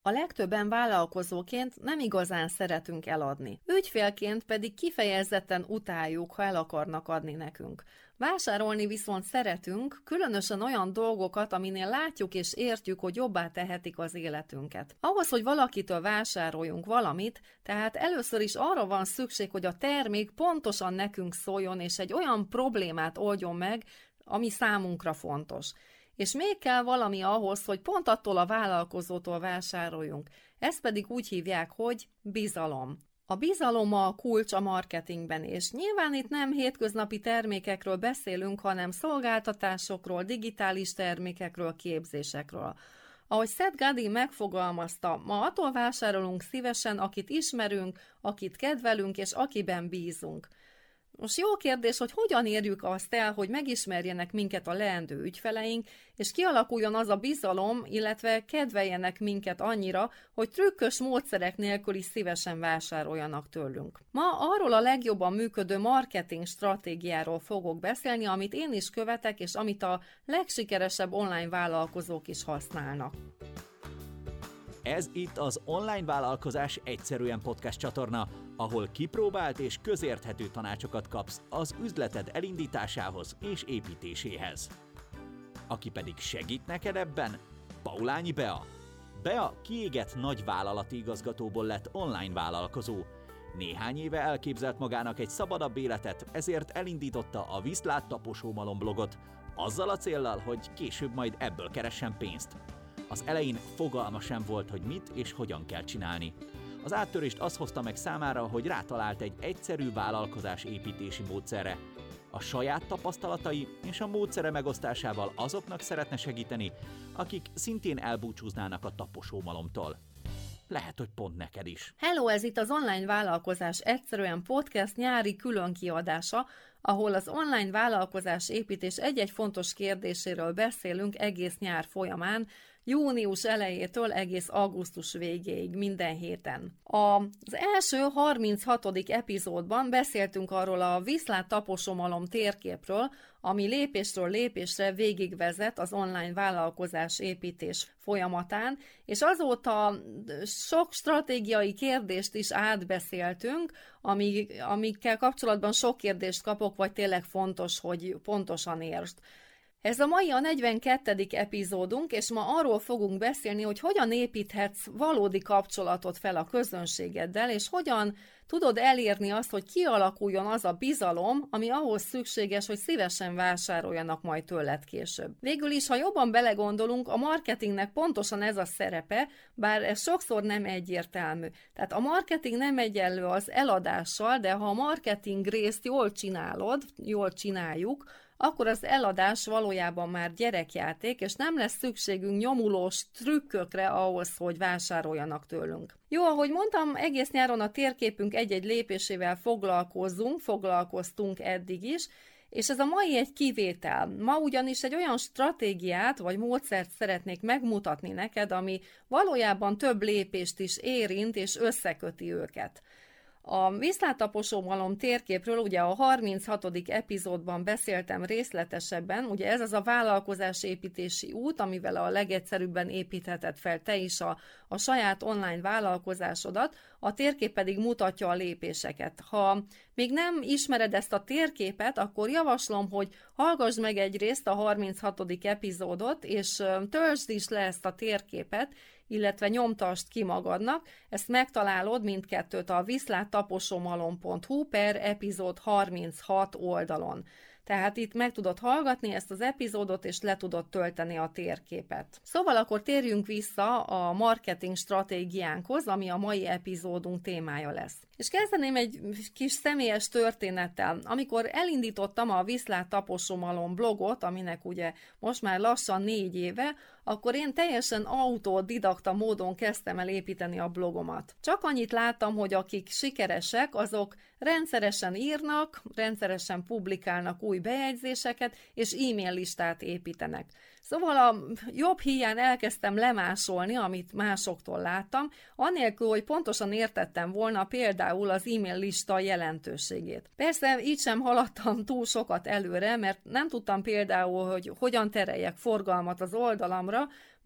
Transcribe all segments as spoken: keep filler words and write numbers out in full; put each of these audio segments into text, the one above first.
A legtöbben vállalkozóként nem igazán szeretünk eladni. Ügyfélként pedig kifejezetten utáljuk, ha el akarnak adni nekünk. Vásárolni viszont szeretünk, különösen olyan dolgokat, aminél látjuk és értjük, hogy jobbá tehetik az életünket. Ahhoz, hogy valakitől vásároljunk valamit, tehát először is arra van szükség, hogy a termék pontosan nekünk szóljon, és egy olyan problémát oldjon meg, ami számunkra fontos. És még kell valami ahhoz, hogy pont attól a vállalkozótól vásároljunk. Ezt pedig úgy hívják, hogy bizalom. A bizalom a kulcs a marketingben, és nyilván itt nem hétköznapi termékekről beszélünk, hanem szolgáltatásokról, digitális termékekről, képzésekről. Ahogy Seth Godin megfogalmazta, ma attól vásárolunk szívesen, akit ismerünk, akit kedvelünk, és akiben bízunk. Most jó kérdés, hogy hogyan érjük azt el, hogy megismerjenek minket a leendő ügyfeleink, és kialakuljon az a bizalom, illetve kedveljenek minket annyira, hogy trükkös módszerek nélkül is szívesen vásároljanak tőlünk. Ma arról a legjobban működő marketing stratégiáról fogok beszélni, amit én is követek, és amit a legsikeresebb online vállalkozók is használnak. Ez itt az Online Vállalkozás Egyszerűen podcast csatorna, ahol kipróbált és közérthető tanácsokat kapsz az üzleted elindításához és építéséhez. Aki pedig segít neked ebben, Paulányi Bea. Bea kiégett nagy vállalati igazgatóból lett online vállalkozó. Néhány éve elképzelt magának egy szabadabb életet, ezért elindította a Viszlát taposómalom blogot, azzal a céllal, hogy később majd ebből keressen pénzt. Az elején fogalma sem volt, hogy mit és hogyan kell csinálni. Az áttörést az hozta meg számára, hogy rátalált egy egyszerű vállalkozás építési módszerre. A saját tapasztalatai és a módszere megosztásával azoknak szeretne segíteni, akik szintén elbúcsúznának a taposómalomtól. Lehet, hogy pont neked is. Hello, ez itt az Online Vállalkozás Egyszerűen podcast nyári különkiadása, ahol az online vállalkozás építés egy-egy fontos kérdéséről beszélünk egész nyár folyamán, június elejétől egész augusztus végéig, minden héten. Az első harminchatodik epizódban beszéltünk arról a Viszlát taposómalom térképről, ami lépésről lépésre végigvezet az online vállalkozás építés folyamatán, és azóta sok stratégiai kérdést is átbeszéltünk, amik, amikkel kapcsolatban sok kérdést kapok, vagy tényleg fontos, hogy pontosan értsd. Ez a mai a negyvenkettedik epizódunk, és ma arról fogunk beszélni, hogy hogyan építhetsz valódi kapcsolatot fel a közönségeddel, és hogyan tudod elérni azt, hogy kialakuljon az a bizalom, ami ahhoz szükséges, hogy szívesen vásároljanak majd tőled később. Végül is, ha jobban belegondolunk, a marketingnek pontosan ez a szerepe, bár ez sokszor nem egyértelmű. Tehát a marketing nem egyenlő az eladással, de ha a marketing részt jól csinálod, jól csináljuk, akkor az eladás valójában már gyerekjáték, és nem lesz szükségünk nyomulós trükkökre ahhoz, hogy vásároljanak tőlünk. Jó, ahogy mondtam, egész nyáron a térképünk egy-egy lépésével foglalkozzunk, foglalkoztunk eddig is, és ez a mai egy kivétel. Ma ugyanis egy olyan stratégiát vagy módszert szeretnék megmutatni neked, ami valójában több lépést is érint és összeköti őket. A Viszlát taposómalom térképről ugye a harminchatodik epizódban beszéltem részletesebben, ugye ez az a vállalkozásépítési út, amivel a legegyszerűbben építheted fel te is a, a saját online vállalkozásodat, a térkép pedig mutatja a lépéseket. Ha még nem ismered ezt a térképet, akkor javaslom, hogy hallgass meg egyrészt a harminchatodik epizódot, és töltsd is le ezt a térképet, illetve nyomtasd ki magadnak, ezt megtalálod mindkettőt a viszláttaposómalom pont hu per epizód harminchat oldalon. Tehát itt meg tudod hallgatni ezt az epizódot, és le tudod tölteni a térképet. Szóval akkor térjünk vissza a marketing stratégiánkhoz, ami a mai epizódunk témája lesz. És kezdeném egy kis személyes történettel. Amikor elindítottam a Viszlát taposómalom blogot, aminek ugye most már lassan négy éve, akkor én teljesen autodidakta módon kezdtem el építeni a blogomat. Csak annyit láttam, hogy akik sikeresek, azok rendszeresen írnak, rendszeresen publikálnak új bejegyzéseket, és e-mail listát építenek. Szóval a jobb híján elkezdtem lemásolni, amit másoktól láttam, anélkül, hogy pontosan értettem volna például az e-mail lista jelentőségét. Persze így sem haladtam túl sokat előre, mert nem tudtam például, hogy hogyan tereljek forgalmat az oldalamra,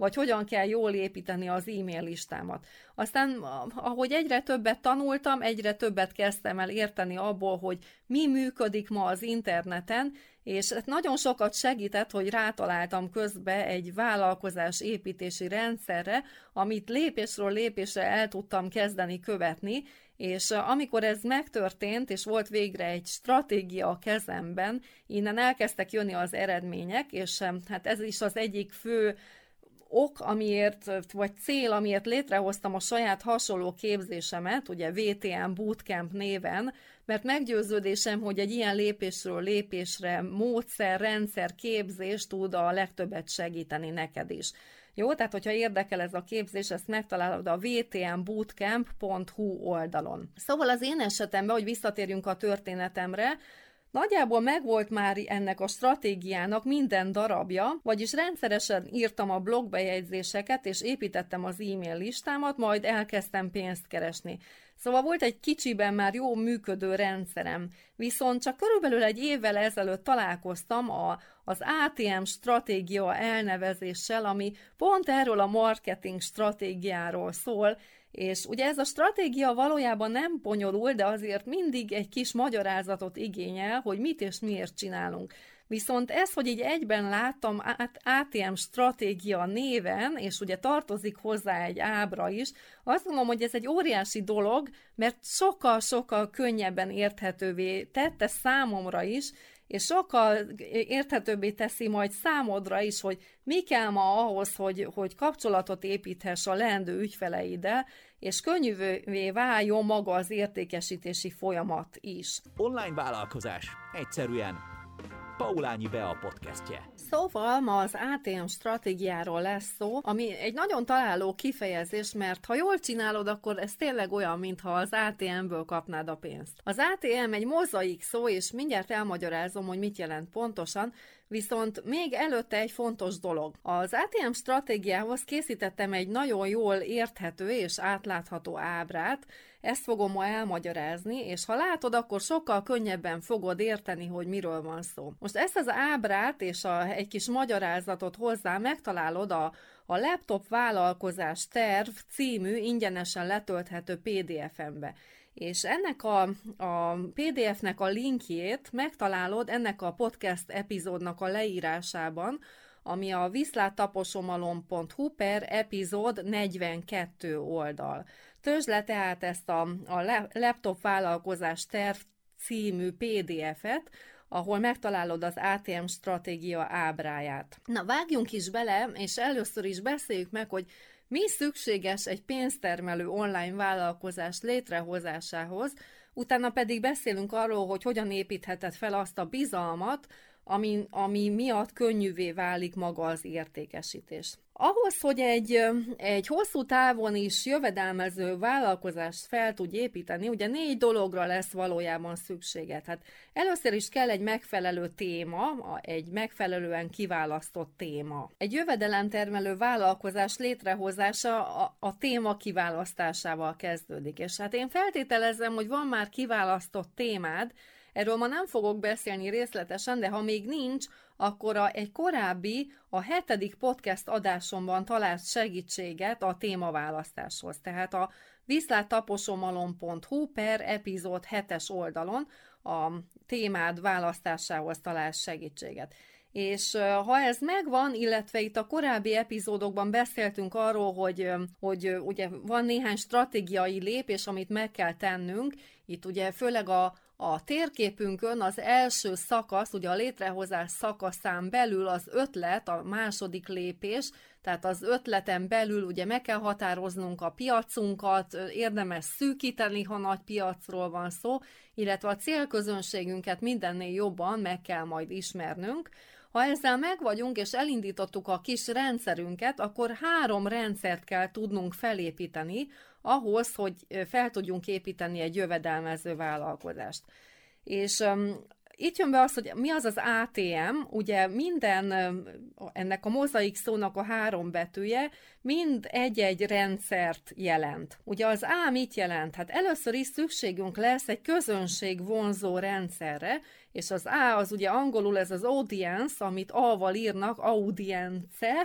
vagy hogyan kell jól építeni az e-mail listámat. Aztán, ahogy egyre többet tanultam, egyre többet kezdtem el érteni abból, hogy mi működik ma az interneten, és nagyon sokat segített, hogy rátaláltam közbe egy vállalkozás építési rendszerre, amit lépésről lépésre el tudtam kezdeni követni, és amikor ez megtörtént, és volt végre egy stratégia a kezemben, innen elkezdtek jönni az eredmények, és hát ez is az egyik fő ok, amiért, vagy cél, amiért létrehoztam a saját hasonló képzésemet, ugye vé té em Bootcamp néven, mert meggyőződésem, hogy egy ilyen lépésről lépésre módszer, rendszer, képzés tud a legtöbbet segíteni neked is. Jó, tehát hogyha érdekel ez a képzés, ezt megtalálod a w t m bootcamp pont h u oldalon. Szóval az én esetemben, hogy visszatérjünk a történetemre, nagyjából megvolt már ennek a stratégiának minden darabja, vagyis rendszeresen írtam a blogbejegyzéseket, és építettem az e-mail listámat, majd elkezdtem pénzt keresni. Szóval volt egy kicsiben már jó működő rendszerem, viszont csak körülbelül egy évvel ezelőtt találkoztam a, az á té em stratégia elnevezéssel, ami pont erről a marketing stratégiáról szól, és ugye ez a stratégia valójában nem bonyolul, de azért mindig egy kis magyarázatot igényel, hogy mit és miért csinálunk. Viszont ez, hogy így egyben láttam á té em stratégia néven, és ugye tartozik hozzá egy ábra is, azt mondom, hogy ez egy óriási dolog, mert sokkal-sokkal könnyebben érthetővé tette számomra is, és sokkal érthetőbbé teszi majd számodra is, hogy mi kell ma ahhoz, hogy, hogy kapcsolatot építhess a leendő ügyfeleiddel, és könnyűvé váljon maga az értékesítési folyamat is. Online vállalkozás. Egyszerűen. Paulányi Bea podcastje. Szóval ma az á té em stratégiáról lesz szó, ami egy nagyon találó kifejezés, mert ha jól csinálod, akkor ez tényleg olyan, mintha az á té emből kapnád a pénzt. Az á té em egy mozaik szó, és mindjárt elmagyarázom, hogy mit jelent pontosan, viszont még előtte egy fontos dolog. Az á té em stratégiához készítettem egy nagyon jól érthető és átlátható ábrát, ezt fogom ma elmagyarázni, és ha látod, akkor sokkal könnyebben fogod érteni, hogy miről van szó. Most ezt az ábrát és a, egy kis magyarázatot hozzá megtalálod a, a Laptop Vállalkozás Terv című ingyenesen letölthető pé dé ef-embe. És ennek a, a pé dé ef-nek a linkjét megtalálod ennek a podcast epizódnak a leírásában, ami a viszláttaposomalom pont hu per epizód negyvenkettő oldal. Töltsd le tehát ezt a, a Laptop Vállalkozás Terv című pé dé ef-et, ahol megtalálod az á té em stratégia ábráját. Na, vágjunk is bele, és először is beszéljük meg, hogy mi szükséges egy pénztermelő online vállalkozás létrehozásához, utána pedig beszélünk arról, hogy hogyan építheted fel azt a bizalmat, ami, ami miatt könnyűvé válik maga az értékesítés. Ahhoz, hogy egy, egy hosszú távon is jövedelmező vállalkozást fel tudj építeni, ugye négy dologra lesz valójában szükséged. Hát először is kell egy megfelelő téma, egy megfelelően kiválasztott téma. Egy jövedelemtermelő vállalkozás létrehozása a, a téma kiválasztásával kezdődik. És hát én feltételezem, hogy van már kiválasztott témád, erről ma nem fogok beszélni részletesen, de ha még nincs, akkor a, egy korábbi, a hetedik podcast adásomban talált segítséget a témaválasztáshoz. Tehát a viszláttaposomalom pont hu per epizód hetes oldalon a témád választásához találsz segítséget. És ha ez megvan, illetve itt a korábbi epizódokban beszéltünk arról, hogy, hogy ugye van néhány stratégiai lépés, amit meg kell tennünk, itt ugye főleg a A térképünkön az első szakasz, ugye a létrehozás szakaszán belül az ötlet, a második lépés, tehát az ötleten belül ugye meg kell határoznunk a piacunkat, érdemes szűkíteni, ha nagy piacról van szó, illetve a célközönségünket mindennél jobban meg kell majd ismernünk. Ha ezzel megvagyunk és elindítottuk a kis rendszerünket, akkor három rendszert kell tudnunk felépíteni, ahhoz, hogy fel tudjunk építeni egy jövedelmező vállalkozást. És um, itt jön be az, hogy mi az az á té em, ugye minden, ennek a mozaik szónak a három betűje, mind egy-egy rendszert jelent. Ugye az A mit jelent? Hát először is szükségünk lesz egy közönség vonzó rendszerre, és az A az ugye angolul ez az audience, amit A-val írnak, audience,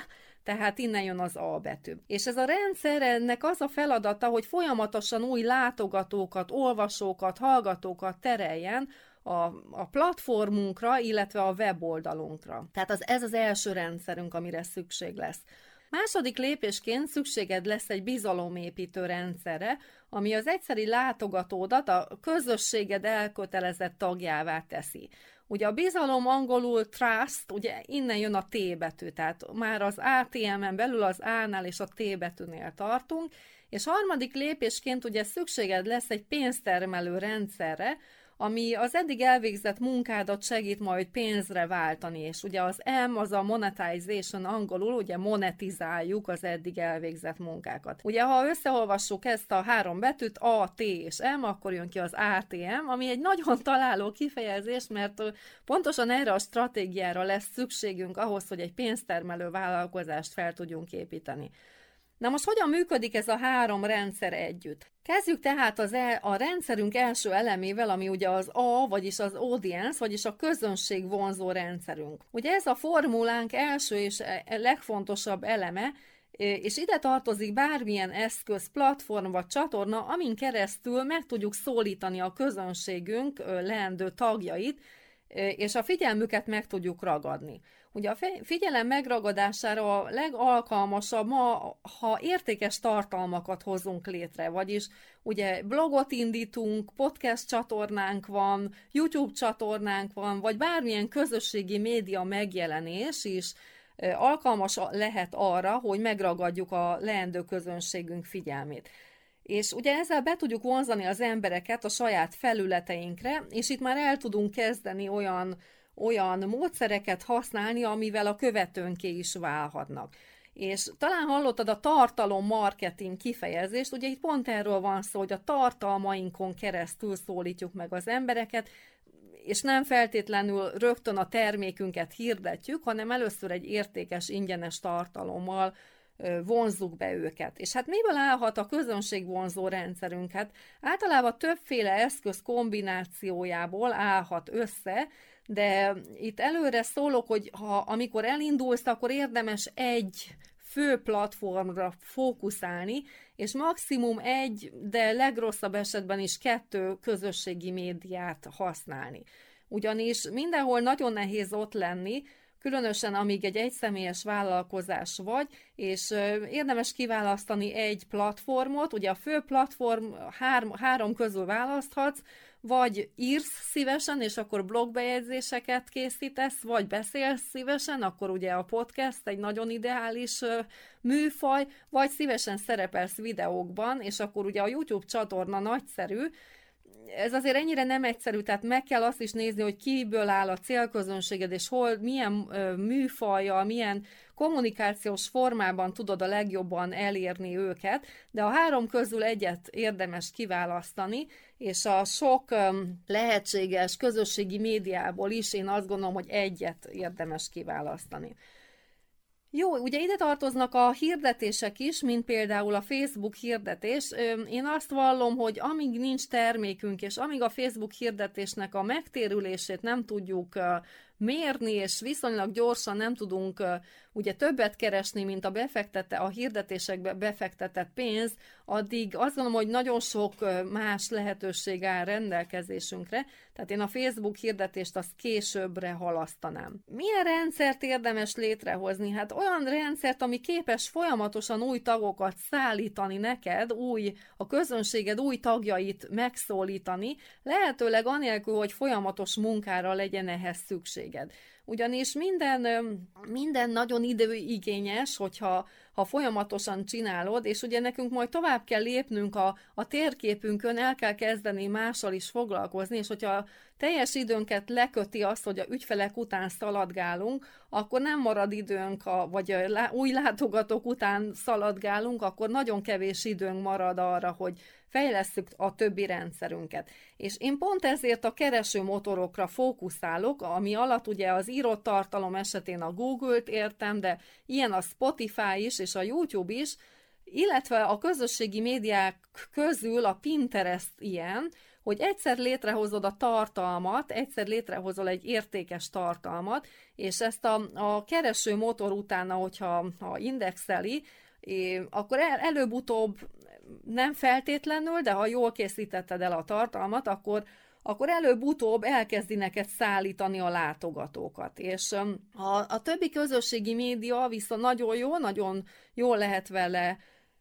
Tehát innen jön az A betű. És ez a rendszer, ennek az a feladata, hogy folyamatosan új látogatókat, olvasókat, hallgatókat tereljen a, a platformunkra, illetve a weboldalunkra. Tehát az, ez az első rendszerünk, amire szükség lesz. Második lépésként szükséged lesz egy bizalomépítő rendszerre, ami az egyszeri látogatódat a közösséged elkötelezett tagjává teszi. Ugye a bizalom angolul trust, ugye innen jön a T betű, tehát már az á té em-en belül az A-nál és a T betűnél tartunk, és harmadik lépésként ugye szükséged lesz egy pénztermelő rendszerre, ami az eddig elvégzett munkádat segít majd pénzre váltani, és ugye az M az a monetization angolul, ugye monetizáljuk az eddig elvégzett munkákat. Ugye ha összeolvassuk ezt a három betűt, A, T és M, akkor jön ki az á té em, ami egy nagyon találó kifejezés, mert pontosan erre a stratégiára lesz szükségünk ahhoz, hogy egy pénztermelő vállalkozást fel tudjunk építeni. Na most hogyan működik ez a három rendszer együtt? Kezdjük tehát az el, a rendszerünk első elemével, ami ugye az A, vagyis az audience, vagyis a közönség vonzó rendszerünk. Ugye ez a formulánk első és legfontosabb eleme, és ide tartozik bármilyen eszköz, platform vagy csatorna, amin keresztül meg tudjuk szólítani a közönségünk leendő tagjait, és a figyelmüket meg tudjuk ragadni. Ugye a figyelem megragadására a legalkalmasabb ma, ha értékes tartalmakat hozunk létre, vagyis ugye blogot indítunk, podcast csatornánk van, YouTube csatornánk van, vagy bármilyen közösségi média megjelenés is alkalmas lehet arra, hogy megragadjuk a leendő közönségünk figyelmét. És ugye ezzel be tudjuk vonzani az embereket a saját felületeinkre, és itt már el tudunk kezdeni olyan, olyan módszereket használni, amivel a követőnké is válhatnak. És talán hallottad a tartalommarketing kifejezést, ugye itt pont erről van szó, hogy a tartalmainkon keresztül szólítjuk meg az embereket, és nem feltétlenül rögtön a termékünket hirdetjük, hanem először egy értékes, ingyenes tartalommal vonzzuk be őket. És hát miből állhat a közönségvonzó rendszerünk? Hát általában többféle eszköz kombinációjából állhat össze, de itt előre szólok, hogy ha amikor elindulsz, akkor érdemes egy fő platformra fókuszálni, és maximum egy, de legrosszabb esetben is kettő közösségi médiát használni. Ugyanis mindenhol nagyon nehéz ott lenni, különösen amíg egy egyszemélyes vállalkozás vagy, és érdemes kiválasztani egy platformot, ugye a fő platform három, három közül választhatsz, vagy írsz szívesen, és akkor blogbejegyzéseket készítesz, vagy beszélsz szívesen, akkor ugye a podcast egy nagyon ideális műfaj, vagy szívesen szerepelsz videókban, és akkor ugye a YouTube csatorna nagyszerű. Ez azért ennyire nem egyszerű, tehát meg kell azt is nézni, hogy kiből áll a célközönséged, és hol, milyen ö, műfajjal, milyen kommunikációs formában tudod a legjobban elérni őket, de a három közül egyet érdemes kiválasztani, és a sok ö, lehetséges közösségi médiából is én azt gondolom, hogy egyet érdemes kiválasztani. Jó, ugye ide tartoznak a hirdetések is, mint például a Facebook hirdetés. Én azt vallom, hogy amíg nincs termékünk, és amíg a Facebook hirdetésnek a megtérülését nem tudjuk mérni, és viszonylag gyorsan nem tudunk ugye többet keresni, mint a, befektette, a hirdetésekbe befektetett pénz, addig azt gondolom, hogy nagyon sok más lehetőség áll rendelkezésünkre, tehát én a Facebook hirdetést azt későbbre halasztanám. Milyen rendszert érdemes létrehozni? Hát olyan rendszert, ami képes folyamatosan új tagokat szállítani neked, új, a közönséged új tagjait megszólítani, lehetőleg anélkül, hogy folyamatos munkára legyen ehhez szükséged. Ugyanis minden, minden nagyon időigényes, hogyha ha folyamatosan csinálod, és ugye nekünk majd tovább kell lépnünk a, a térképünkön, el kell kezdeni mással is foglalkozni, és hogyha teljes időnket leköti azt, hogy a ügyfelek után szaladgálunk, akkor nem marad időnk, a, vagy a új látogatók után szaladgálunk, akkor nagyon kevés időnk marad arra, hogy fejlesszük a többi rendszerünket. És én pont ezért a keresőmotorokra fókuszálok, ami alatt ugye az írott tartalom esetén a Google-t értem, de ilyen a Spotify is, és a YouTube is, Illetve a közösségi médiák közül a Pinterest ilyen, hogy egyszer létrehozod a tartalmat, egyszer létrehozol egy értékes tartalmat, és ezt a, a kereső motor utána, hogyha ha indexeli, akkor el, előbb-utóbb nem feltétlenül, de ha jól készítetted el a tartalmat, akkor, akkor előbb-utóbb elkezdi neked szállítani a látogatókat. És a, a többi közösségi média viszont nagyon jó, nagyon jól lehet vele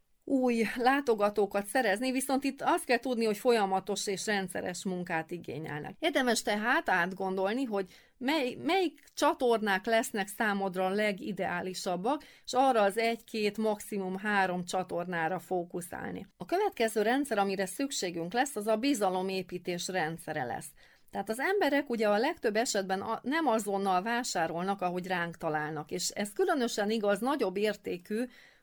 új látogatókat szerezni, viszont itt azt kell tudni, hogy folyamatos és rendszeres munkát igényelnek. Érdemes tehát átgondolni, hogy mely, melyik csatornák lesznek számodra a legideálisabbak, és arra az egy-két, maximum három csatornára fókuszálni. A következő rendszer, amire szükségünk lesz, az a bizalomépítés rendszere lesz. Tehát az emberek ugye a legtöbb esetben nem azonnal vásárolnak, ahogy ránk találnak, és ez különösen igaz nagyobb értékű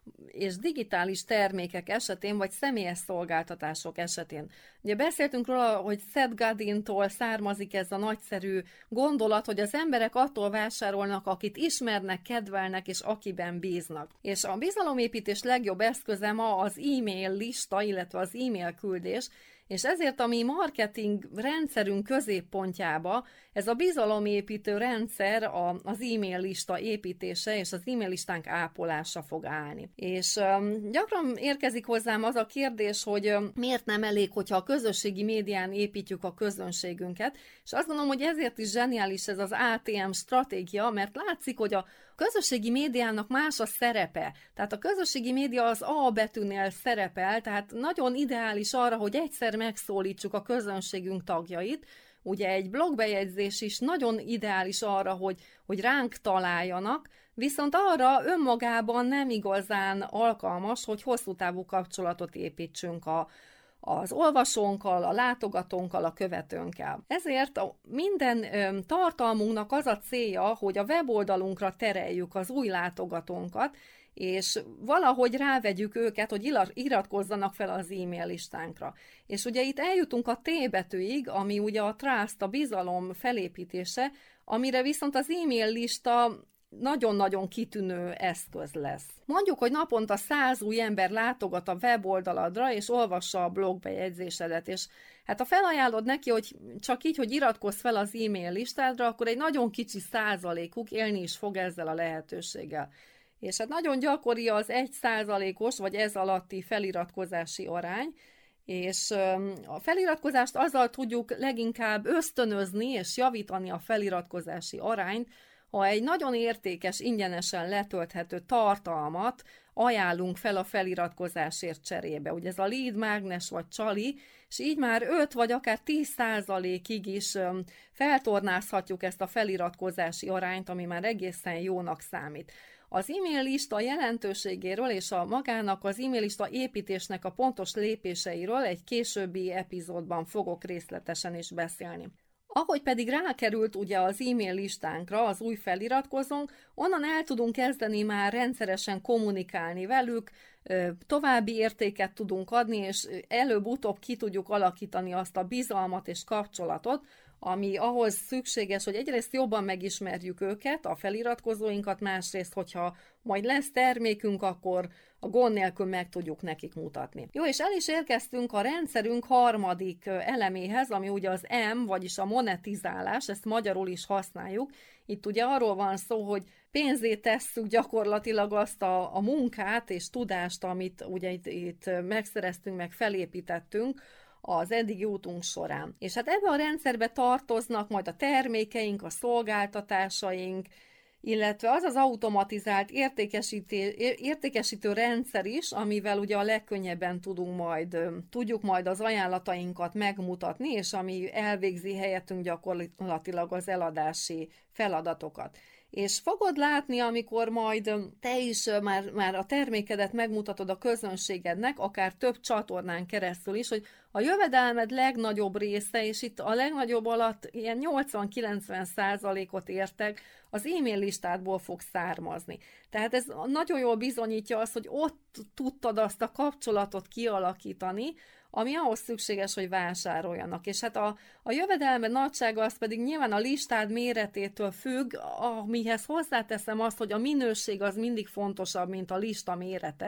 és digitális termékek esetén, vagy személyes szolgáltatások esetén. Ugye beszéltünk róla, hogy Seth Godin-tól származik ez a nagyszerű gondolat, hogy az emberek attól vásárolnak, akit ismernek, kedvelnek, és akiben bíznak. És a bizalomépítés legjobb eszköze ma az e-mail lista, illetve az e-mail küldés, és ezért a mi marketing rendszerünk középpontjába ez a bizalomépítő rendszer az e-mail lista építése és az e-mail listánk ápolása fog állni. És um, gyakran érkezik hozzám az a kérdés, hogy um, miért nem elég, hogyha a közösségi médián építjük a közönségünket, és azt gondolom, hogy ezért is zseniális ez az á té em stratégia, mert látszik, hogy a közösségi médiának más a szerepe. Tehát a közösségi média az A betűnél szerepel, tehát nagyon ideális arra, hogy egyszer megszólítsuk a közönségünk tagjait. Ugye egy blogbejegyzés is nagyon ideális arra, hogy, hogy ránk találjanak, viszont arra önmagában nem igazán alkalmas, hogy hosszú távú kapcsolatot építsünk a az olvasónkkal, a látogatónkkal, a követőnkkel. Ezért a minden ö, tartalmunknak az a célja, hogy a weboldalunkra tereljük az új látogatónkat, és valahogy rávegyük őket, hogy iratkozzanak fel az e-mail listánkra. És ugye itt eljutunk a T betűig, ami ugye a trust, a bizalom felépítése, amire viszont az e-mail lista nagyon-nagyon kitűnő eszköz lesz. Mondjuk, hogy naponta száz új ember látogat a weboldaladra, és olvassa a blogbejegyzésedet, és hát ha felajánlod neki, hogy csak így, hogy iratkozz fel az e-mail listádra, akkor egy nagyon kicsi százalékuk élni is fog ezzel a lehetőséggel. És hát nagyon gyakori az egy százalékos, vagy ez alatti feliratkozási arány, és a feliratkozást azzal tudjuk leginkább ösztönözni és javítani a feliratkozási arányt, ha egy nagyon értékes, ingyenesen letölthető tartalmat ajánlunk fel a feliratkozásért cserébe. Ugye ez a lead mágnes vagy csali, és így már öt vagy akár tíz százalékig is feltornázhatjuk ezt a feliratkozási arányt, ami már egészen jónak számít. Az e-mail lista jelentőségéről és a magának az e-mail lista építésnek a pontos lépéseiről egy későbbi epizódban fogok részletesen is beszélni. Ahogy pedig rákerült ugye az e-mail listánkra az új feliratkozónk, onnan el tudunk kezdeni már rendszeresen kommunikálni velük, további értéket tudunk adni, és előbb-utóbb ki tudjuk alakítani azt a bizalmat és kapcsolatot, ami ahhoz szükséges, hogy egyrészt jobban megismerjük őket, a feliratkozóinkat, másrészt, hogyha majd lesz termékünk, akkor a gond nélkül meg tudjuk nekik mutatni. Jó, és el is érkeztünk a rendszerünk harmadik eleméhez, ami ugye az M, vagyis a monetizálás, ezt magyarul is használjuk. Itt ugye arról van szó, hogy pénzé tesszük gyakorlatilag azt a, a munkát és tudást, amit ugye itt, itt megszereztünk, meg felépítettünk az eddigi útunk során. És hát ebbe a rendszerbe tartoznak majd a termékeink, a szolgáltatásaink, illetve az az automatizált értékesítő, értékesítő rendszer is, amivel ugye a legkönnyebben tudunk majd, tudjuk majd az ajánlatainkat megmutatni, és ami elvégzi helyettünk gyakorlatilag az eladási feladatokat. És fogod látni, amikor majd te is már, már a termékedet megmutatod a közönségednek, akár több csatornán keresztül is, hogy a jövedelmed legnagyobb része, és itt a legnagyobb alatt ilyen nyolcvan-kilencven százalékot értek, az e-mail listádból fog származni. Tehát ez nagyon jól bizonyítja azt, hogy ott tudtad azt a kapcsolatot kialakítani, ami ahhoz szükséges, hogy vásároljanak. És hát a, a jövedelme nagysága az pedig nyilván a listád méretétől függ, amihez hozzáteszem azt, hogy a minőség az mindig fontosabb, mint a lista mérete.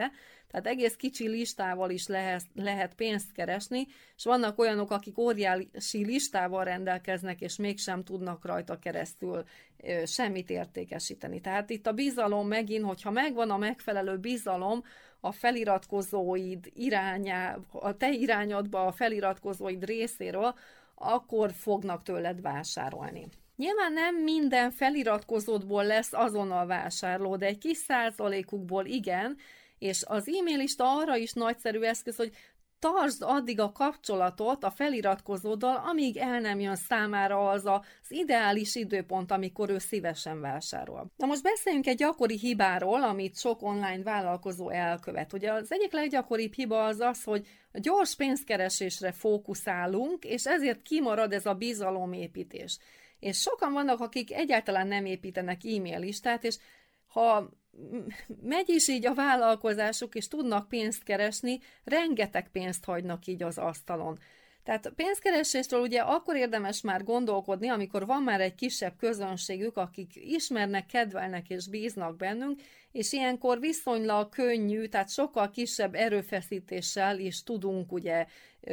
Tehát egész kicsi listával is lehet, lehet pénzt keresni, és vannak olyanok, akik óriási listával rendelkeznek, és mégsem tudnak rajta keresztül semmit értékesíteni. Tehát itt a bizalom megint, hogyha megvan a megfelelő bizalom a feliratkozóid irányá, a te irányodba a feliratkozóid részéről, akkor fognak tőled vásárolni. Nyilván nem minden feliratkozódból lesz azonnal vásárló, de egy kis százalékukból igen, és az e-mail lista arra is nagyszerű eszköz, hogy tartsd addig a kapcsolatot a feliratkozóddal, amíg el nem jön számára az az ideális időpont, amikor ő szívesen vásárol. Na most beszéljünk egy gyakori hibáról, amit sok online vállalkozó elkövet. Ugye az egyik leggyakoribb hiba az az, hogy a gyors pénzkeresésre fókuszálunk, és ezért kimarad ez a bizalomépítés. És sokan vannak, akik egyáltalán nem építenek e-mail listát, és ha megy is így a vállalkozásuk, és tudnak pénzt keresni, rengeteg pénzt hagynak így az asztalon. Tehát pénzkeresésről ugye akkor érdemes már gondolkodni, amikor van már egy kisebb közönségük, akik ismernek, kedvelnek és bíznak bennünk, és ilyenkor viszonylag könnyű, tehát sokkal kisebb erőfeszítéssel is tudunk ugye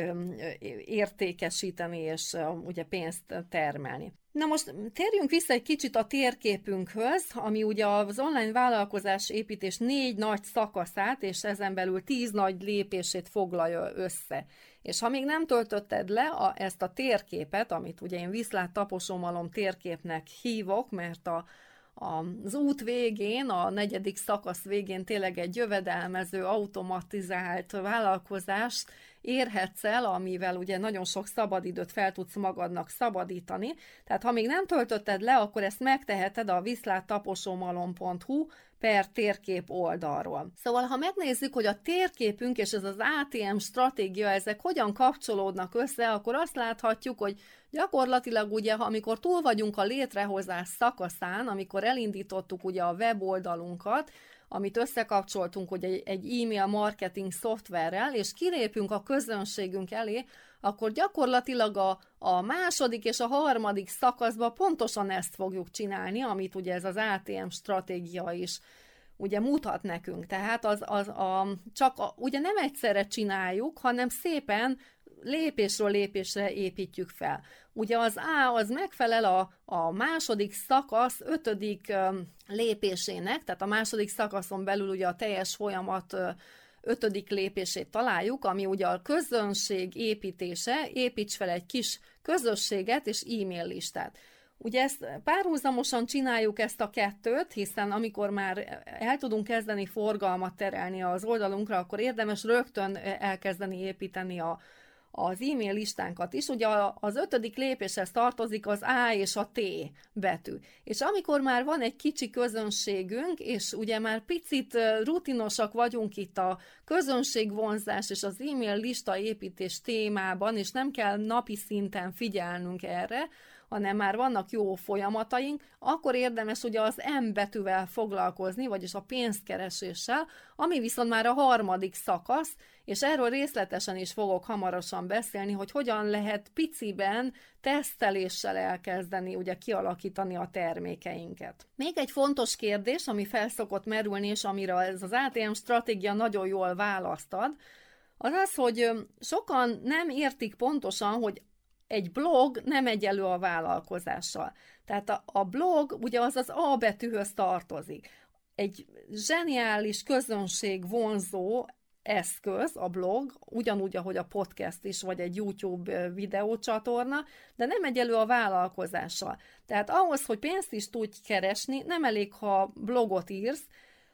értékesíteni és ugye pénzt termelni. Na most térjünk vissza egy kicsit a térképünkhöz, ami ugye az online vállalkozás építés négy nagy szakaszát, és ezen belül tíz nagy lépését foglalja össze. És ha még nem töltötted le a, ezt a térképet, amit ugye én Viszlát taposómalom térképnek hívok, mert a, a, az út végén, a negyedik szakasz végén tényleg egy jövedelmező, automatizált vállalkozást érhetsz el, amivel ugye nagyon sok szabadidőt fel tudsz magadnak szabadítani. Tehát ha még nem töltötted le, akkor ezt megteheted a viszláttaposómalom pont hu per térkép oldalról. Szóval, ha megnézzük, hogy a térképünk és ez az á té em stratégia, ezek hogyan kapcsolódnak össze, akkor azt láthatjuk, hogy gyakorlatilag ugye, amikor túl vagyunk a létrehozás szakaszán, amikor elindítottuk ugye a weboldalunkat, amit összekapcsoltunk ugye egy, egy e-mail marketing szoftverrel, és kilépünk a közönségünk elé, akkor gyakorlatilag a, a második és a harmadik szakaszban pontosan ezt fogjuk csinálni, amit ugye ez az á té em stratégia is ugye mutat nekünk. Tehát az, az a, csak a, ugye nem egyszerre csináljuk, hanem szépen lépésről lépésre építjük fel. Ugye az A az megfelel a, a második szakasz ötödik um, lépésének, tehát a második szakaszon belül ugye a teljes folyamat uh, ötödik lépését találjuk, ami ugye a közönség építése, építs fel egy kis közösséget és e-mail listát. Ugye ezt párhuzamosan csináljuk ezt a kettőt, hiszen amikor már el tudunk kezdeni forgalmat terelni az oldalunkra, akkor érdemes rögtön elkezdeni építeni a az e-mail listánkat is. Ugye az ötödik lépéshez tartozik az A és a T betű. És amikor már van egy kicsi közönségünk, és ugye már picit rutinosak vagyunk itt a közönségvonzás és az e-mail lista építés témában, és nem kell napi szinten figyelnünk erre, hanem már vannak jó folyamataink, akkor érdemes ugye az M betűvel foglalkozni, vagyis a pénzkereséssel, ami viszont már a harmadik szakasz, és erről részletesen is fogok hamarosan beszélni, hogy hogyan lehet piciben, teszteléssel elkezdeni, ugye kialakítani a termékeinket. Még egy fontos kérdés, ami fel szokott merülni, és amire ez az á té em stratégia nagyon jól választ ad, az az, hogy sokan nem értik pontosan, hogy egy blog nem egyenlő a vállalkozással. Tehát a, a blog ugye az az A betűhöz tartozik. Egy zseniális közönség vonzó eszköz a blog, ugyanúgy, ahogy a podcast is, vagy egy YouTube videócsatorna, de nem egyenlő a vállalkozással. Tehát ahhoz, hogy pénzt is tudj keresni, nem elég, ha blogot írsz,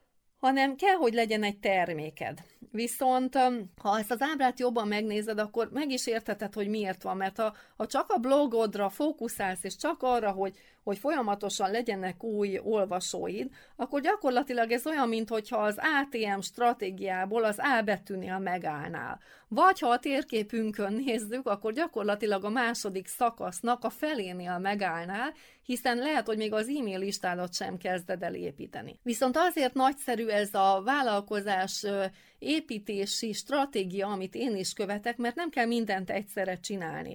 hanem kell, hogy legyen egy terméked. Viszont ha ezt az ábrát jobban megnézed, akkor meg is értheted, hogy miért van, mert ha, ha csak a blogodra fókuszálsz, és csak arra, hogy, hogy folyamatosan legyenek új olvasóid, akkor gyakorlatilag ez olyan, mintha az á té em stratégiából az A betűnél megállnál. Vagy ha a térképünkön nézzük, akkor gyakorlatilag a második szakasznak a felénél megállnál, hiszen lehet, hogy még az e-mail listádat sem kezded el építeni. Viszont azért nagyszerű ez a vállalkozás építési stratégia, amit én is követek, mert nem kell mindent egyszerre csinálni.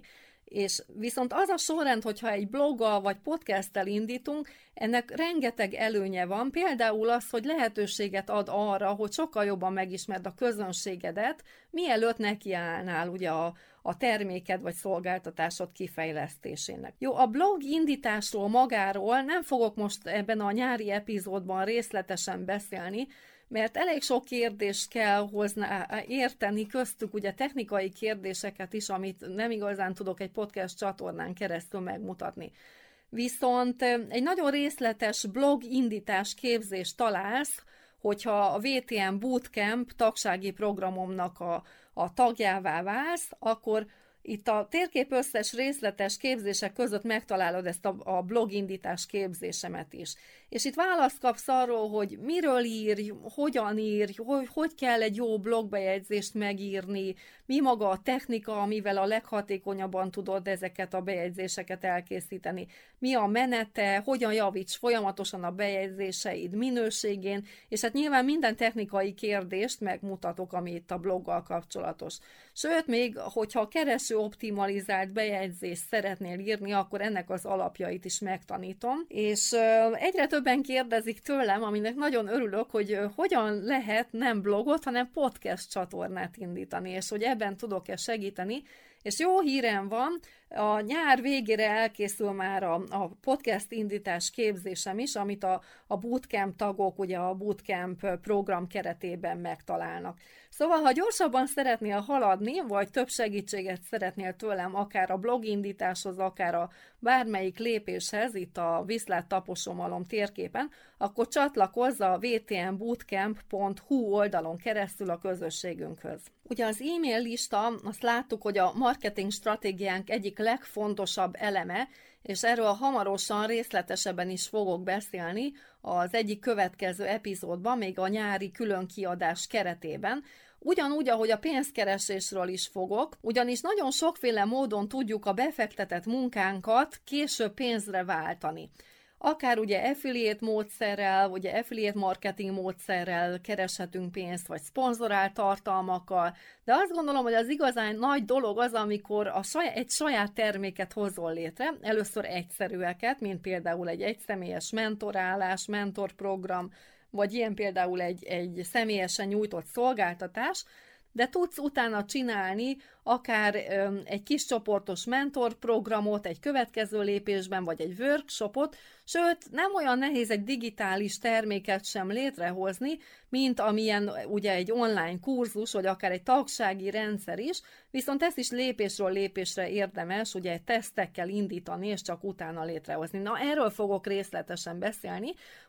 És viszont az a sorrend, hogyha egy bloggal vagy podcasttel indítunk, ennek rengeteg előnye van, például az, hogy lehetőséget ad arra, hogy sokkal jobban megismerd a közönségedet, mielőtt nekiállnál ugye a, a terméked vagy szolgáltatásod kifejlesztésének. Jó, a blog indításról magáról nem fogok most ebben a nyári epizódban részletesen beszélni, mert elég sok kérdést kell hozzá érteni, köztük ugye technikai kérdéseket is, amit nem igazán tudok egy podcast csatornán keresztül megmutatni. Viszont egy nagyon részletes blog indítás képzést találsz, hogyha a vé té em Bootcamp tagsági programomnak a, a tagjává válsz, akkor itt a térkép összes részletes képzések között megtalálod ezt a, a blogindítás képzésemet is. És itt választ kapsz arról, hogy miről írj, hogyan írj, hogy, hogy kell egy jó blogbejegyzést megírni, mi maga a technika, amivel a leghatékonyabban tudod ezeket a bejegyzéseket elkészíteni, mi a menete, hogyan javíts folyamatosan a bejegyzéseid minőségén, és hát nyilván minden technikai kérdést megmutatok, ami itt a bloggal kapcsolatos. Sőt, még hogyha kereső optimalizált bejegyzést szeretnél írni, akkor ennek az alapjait is megtanítom. És egyre többen kérdezik tőlem, aminek nagyon örülök, hogy hogyan lehet nem blogot, hanem podcast csatornát indítani, és hogy ebben tudok-e segíteni. És jó hírem van, a nyár végére elkészül már a, a podcast indítás képzésem is, amit a, a Bootcamp tagok ugye a Bootcamp program keretében megtalálnak. Szóval, ha gyorsabban szeretnél haladni, vagy több segítséget szeretnél tőlem, akár a blogindításhoz, akár a bármelyik lépéshez, itt a Viszlát Taposomalom térképen, akkor csatlakozz a vé té em bootcamp pont hu oldalon keresztül a közösségünkhöz. Ugye az e-mail lista, azt láttuk, hogy a marketing stratégiánk egyik legfontosabb eleme, és erről hamarosan részletesebben is fogok beszélni az egyik következő epizódban, még a nyári különkiadás keretében, ugyanúgy, ahogy a pénzkeresésről is fogok, ugyanis nagyon sokféle módon tudjuk a befektetett munkánkat később pénzre váltani. Akár ugye affiliate módszerrel, ugye affiliate marketing módszerrel kereshetünk pénzt, vagy szponzorált tartalmakkal, de azt gondolom, hogy az igazán nagy dolog az, amikor a saját, egy saját terméket hozol létre, először egyszerűeket, mint például egy egyszemélyes mentorálás, mentorprogram, vagy ilyen például egy, egy személyesen nyújtott szolgáltatás, de tudsz utána csinálni akár öm, egy kis csoportos mentorprogramot egy következő lépésben, vagy egy workshopot, sőt, nem olyan nehéz egy digitális terméket sem létrehozni, mint amilyen ugye egy online kurzus, vagy akár egy tagsági rendszer is, viszont ezt is lépésről lépésre érdemes ugye tesztekkel indítani, és csak utána létrehozni. Na, erről fogok részletesen beszélni.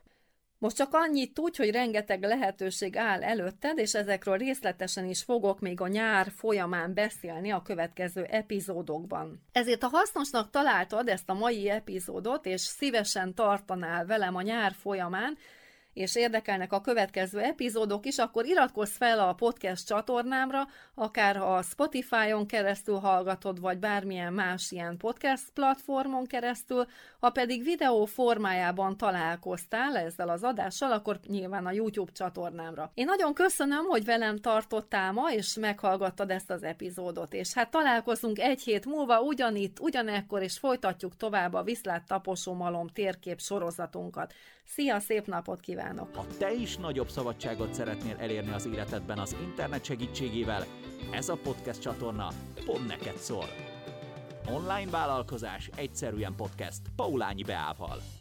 Most csak annyit tudj, hogy rengeteg lehetőség áll előtted, és ezekről részletesen is fogok még a nyár folyamán beszélni a következő epizódokban. Ezért, ha hasznosnak találtad ezt a mai epizódot, és szívesen tartanál velem a nyár folyamán, és érdekelnek a következő epizódok is, akkor iratkozz fel a podcast csatornámra, akár a Spotify-on keresztül hallgatod, vagy bármilyen más ilyen podcast platformon keresztül, ha pedig videó formájában találkoztál ezzel az adással, akkor nyilván a YouTube csatornámra. Én nagyon köszönöm, hogy velem tartottál ma, és meghallgattad ezt az epizódot, és hát találkozunk egy hét múlva ugyanitt, ugyanekkor, és folytatjuk tovább a Viszlát Taposomalom térkép sorozatunkat. Szia, szép napot kívánok! Ha te is nagyobb szabadságot szeretnél elérni az életedben az internet segítségével, ez a podcast csatorna pont neked szól. Online vállalkozás egyszerűen podcast Paulányi Beával.